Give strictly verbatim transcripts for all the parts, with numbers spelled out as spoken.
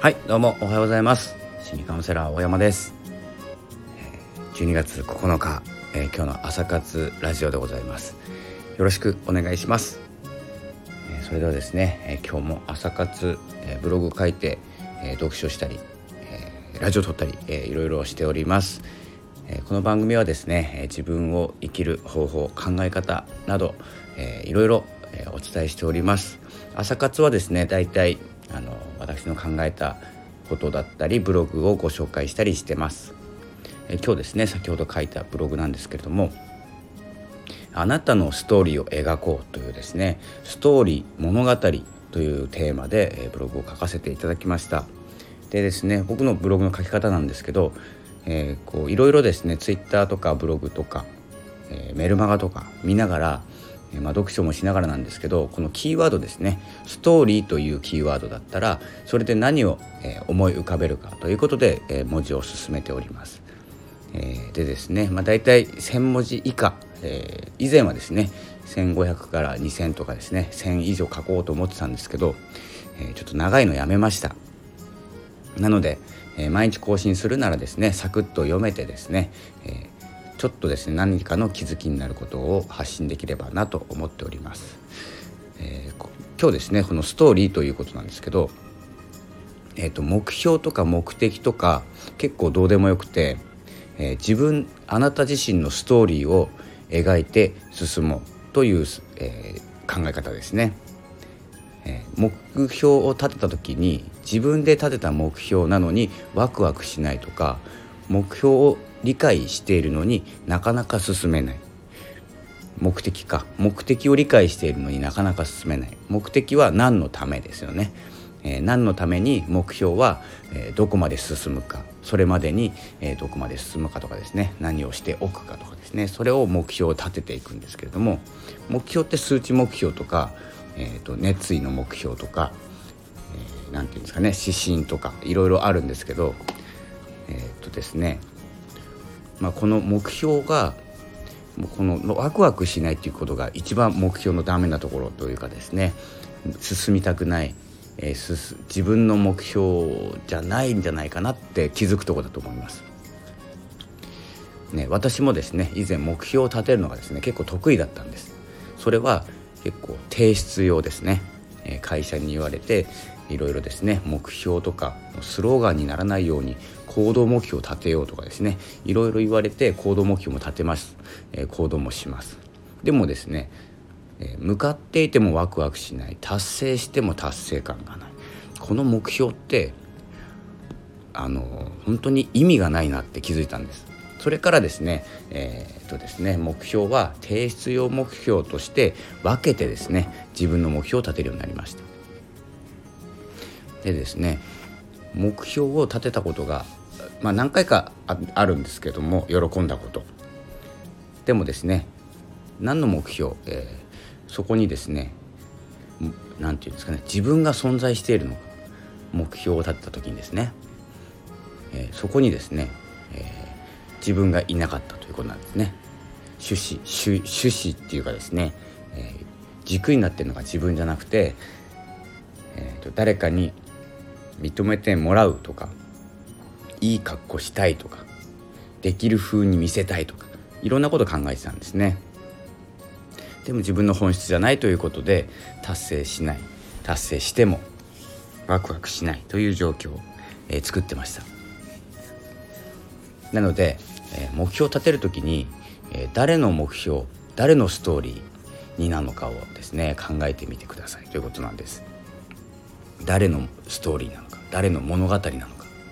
はい、どうもおはようございます。心理カウンセラー大山です。じゅうにがつここのか、えー、今日の朝活ラジオでございます。よろしくお願いします。えー、それではですね、えー、今日も朝活、えー、ブログ書いて、えー、読書したり、えー、ラジオ撮ったり、えー、いろいろしております。えー、この番組はですね、えー、自分を生きる方法、考え方など、えー、いろいろ、えー、お伝えしております。朝活はですね、だいたいあの私の考えたことだったりブログをご紹介したりしてます。え今日ですね、先ほど書いたブログなんですけれども、あなたのストーリーを描こうというですね、ストーリー物語というテーマでブログを書かせていただきました。でですね、僕のブログの書き方なんですけど、えー、こういろいろですね、ツイッターとかブログとか、えー、メルマガとか見ながら、まあ、読書もしながらなんですけど、このキーワードですね、ストーリーというキーワードだったらそれで何を、えー、思い浮かべるかということで、えー、文字を進めております。えー、でですね、まあ、だいたいせんもじ以下、えー、以前はですねせんごひゃくからにせんとかですね、せん以上書こうと思ってたんですけど、えー、ちょっと長いのやめました。なので、えー、毎日更新するならですね、サクッと読めてですね、えーちょっとですね、何かの気づきになることを発信できればなと思っております。えー、今日ですね、このストーリーということなんですけど、えーと、目標とか目的とか結構どうでもよくて、えー、自分あなた自身のストーリーを描いて進もうという、えー、考え方ですね。えー、目標を立てた時に自分で立てた目標なのにワクワクしないとか、目標を理解しているのになかなか進めない、目的か目的を理解しているのになかなか進めない、目的は何のためですよね。えー、何のために、目標は、えー、どこまで進むか、それまでに、えー、どこまで進むかとかですね、何をしておくかとかですね、それを目標を立てていくんですけれども、目標って数値目標とか、えー、と熱意の目標とか、えー、なんていうんですかね、指針とかいろいろあるんですけど、えー、とですねまあ、この目標がもうこのワクワクしないということが一番目標のダメなところというかですね、進みたくない、えー、す自分の目標じゃないんじゃないかなって気づくところだと思います、ね。私もですね、以前目標を立てるのがですね結構得意だったんです。それは結構提出用ですね、えー、会社に言われていろいろですね、目標とかスローガンにならないように行動目標を立てようとかですね、いろいろ言われて行動目標も立てます、えー、行動もします。でもですね、えー、向かっていてもワクワクしない、達成しても達成感がない、この目標ってあの本当に意味がないなって気づいたんです。それからですね、えー、っとですね目標は提出用目標として分けてですね、自分の目標を立てるようになりました。でですね、目標を立てたことが、まあ、何回か あ, あるんですけども、喜んだこと。でもですね、何の目標、えー、そこにですね、なんていうんですかね、自分が存在しているのか、目標を立てた時にですね、えー、そこにですね、えー、自分がいなかったということなんですね。趣旨主趣旨っていうかですね、えー、軸になっているのが自分じゃなくて、えー、と誰かに認めてもらうとか、いい格好したいとか、できる風に見せたいとか、いろんなこと考えてたんですね。でも自分の本質じゃないということで達成しない、達成してもワクワクしないという状況を、えー、作ってました。なので、えー、目標を立てるときに、えー、誰の目標、誰のストーリーになのかをですね考えてみてくださいということなんです。誰のストーリーなのか、誰の物語なのか、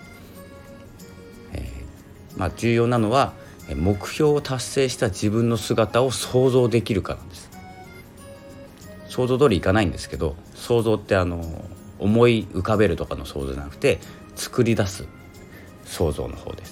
えーまあ、重要なのは目標を達成した自分の姿を想像できるかなんです。想像通りいかないんですけど、想像ってあの思い浮かべるとかの想像じゃなくて、作り出す想像の方です。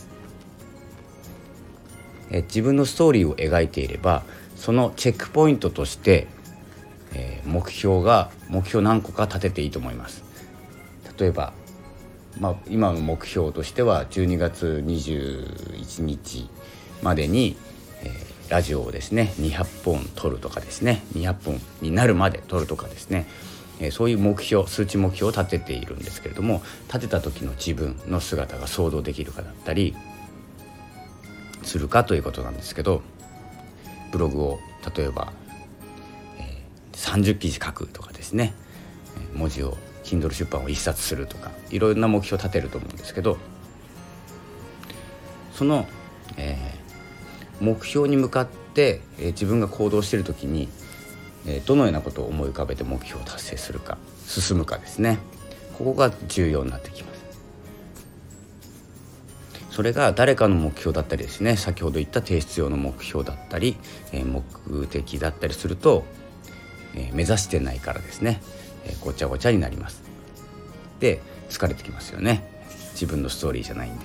えー、自分のストーリーを描いていれば、そのチェックポイントとして、えー、目標が目標何個か立てていいと思います。例えば、まあ、今の目標としてはじゅうにがつにじゅういちにちまでに、えー、ラジオをですねにひゃっぽん撮るとかですね、にひゃっぽんになるまで撮るとかですね、 えー、そういう目標数値目標を立てているんですけれども、立てた時の自分の姿が想像できるかだったりするかということなんですけど、ブログを例えば、えー、さんじゅっきじ書くとかですね、文字を Kindle 出版をいっさつするとか、いろんな目標を立てると思うんですけど、その、えー、目標に向かって、えー、自分が行動している時に、えー、どのようなことを思い浮かべて目標を達成するか進むかですね、ここが重要になってきます。それが誰かの目標だったりですね、先ほど言った提出用の目標だったり、えー、目的だったりすると、えー、目指してないからですね、えー、ごちゃごちゃになります。で疲れてきますよね、自分のストーリーじゃないんで。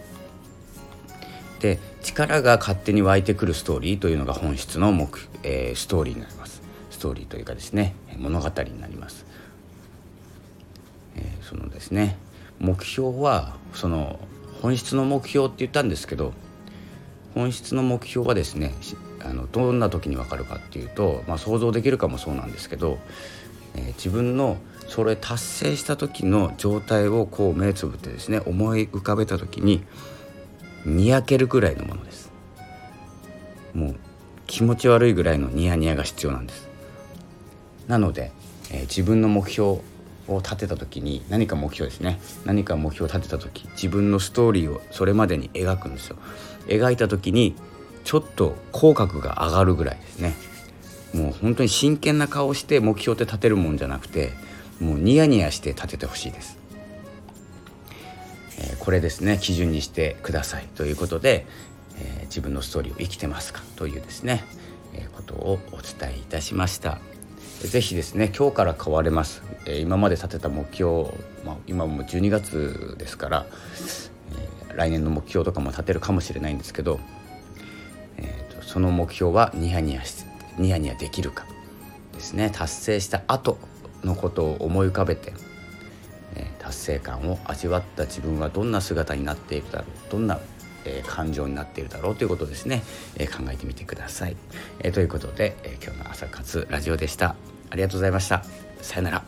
で力が勝手に湧いてくるストーリーというのが本質の目、えー、ストーリーになります。ストーリーというかですね、物語になります。えー、そのですね目標はその本質の目標って言ったんですけど、本質の目標はですね、あのどんな時に分かるかっていうと、まあ、想像できるかもそうなんですけど、えー、自分のそれ達成した時の状態をこう目つぶってですね思い浮かべた時ににやけるぐらいのものです。もう気持ち悪いぐらいのニヤニヤが必要なんです。なので、えー、自分の目標を立てた時に、何か目標ですね何か目標を立てた時、自分のストーリーをそれまでに描くんですよ。描いた時にちょっと口角が上がるぐらいですね。もう本当に真剣な顔して目標って立てるもんじゃなくて、もうニヤニヤして立ててほしいです。えー、これですね基準にしてくださいということで、えー、自分のストーリーを生きてますかというですね、えー、ことをお伝えいたしました。ぜひですね今日から変われます。えー、今まで立てた目標、まあ、今もじゅうにがつですから、えー、来年の目標とかも立てるかもしれないんですけど、えーと、その目標はニヤニヤしニヤニヤできるかですね。達成した後のことを思い浮かべて、えー、達成感を味わった自分はどんな姿になっているだろう、どんなえー、感情になっているだろうということですね、えー、考えてみてください。えー、ということで、えー、今日の朝活ラジオでした。ありがとうございました。さよなら。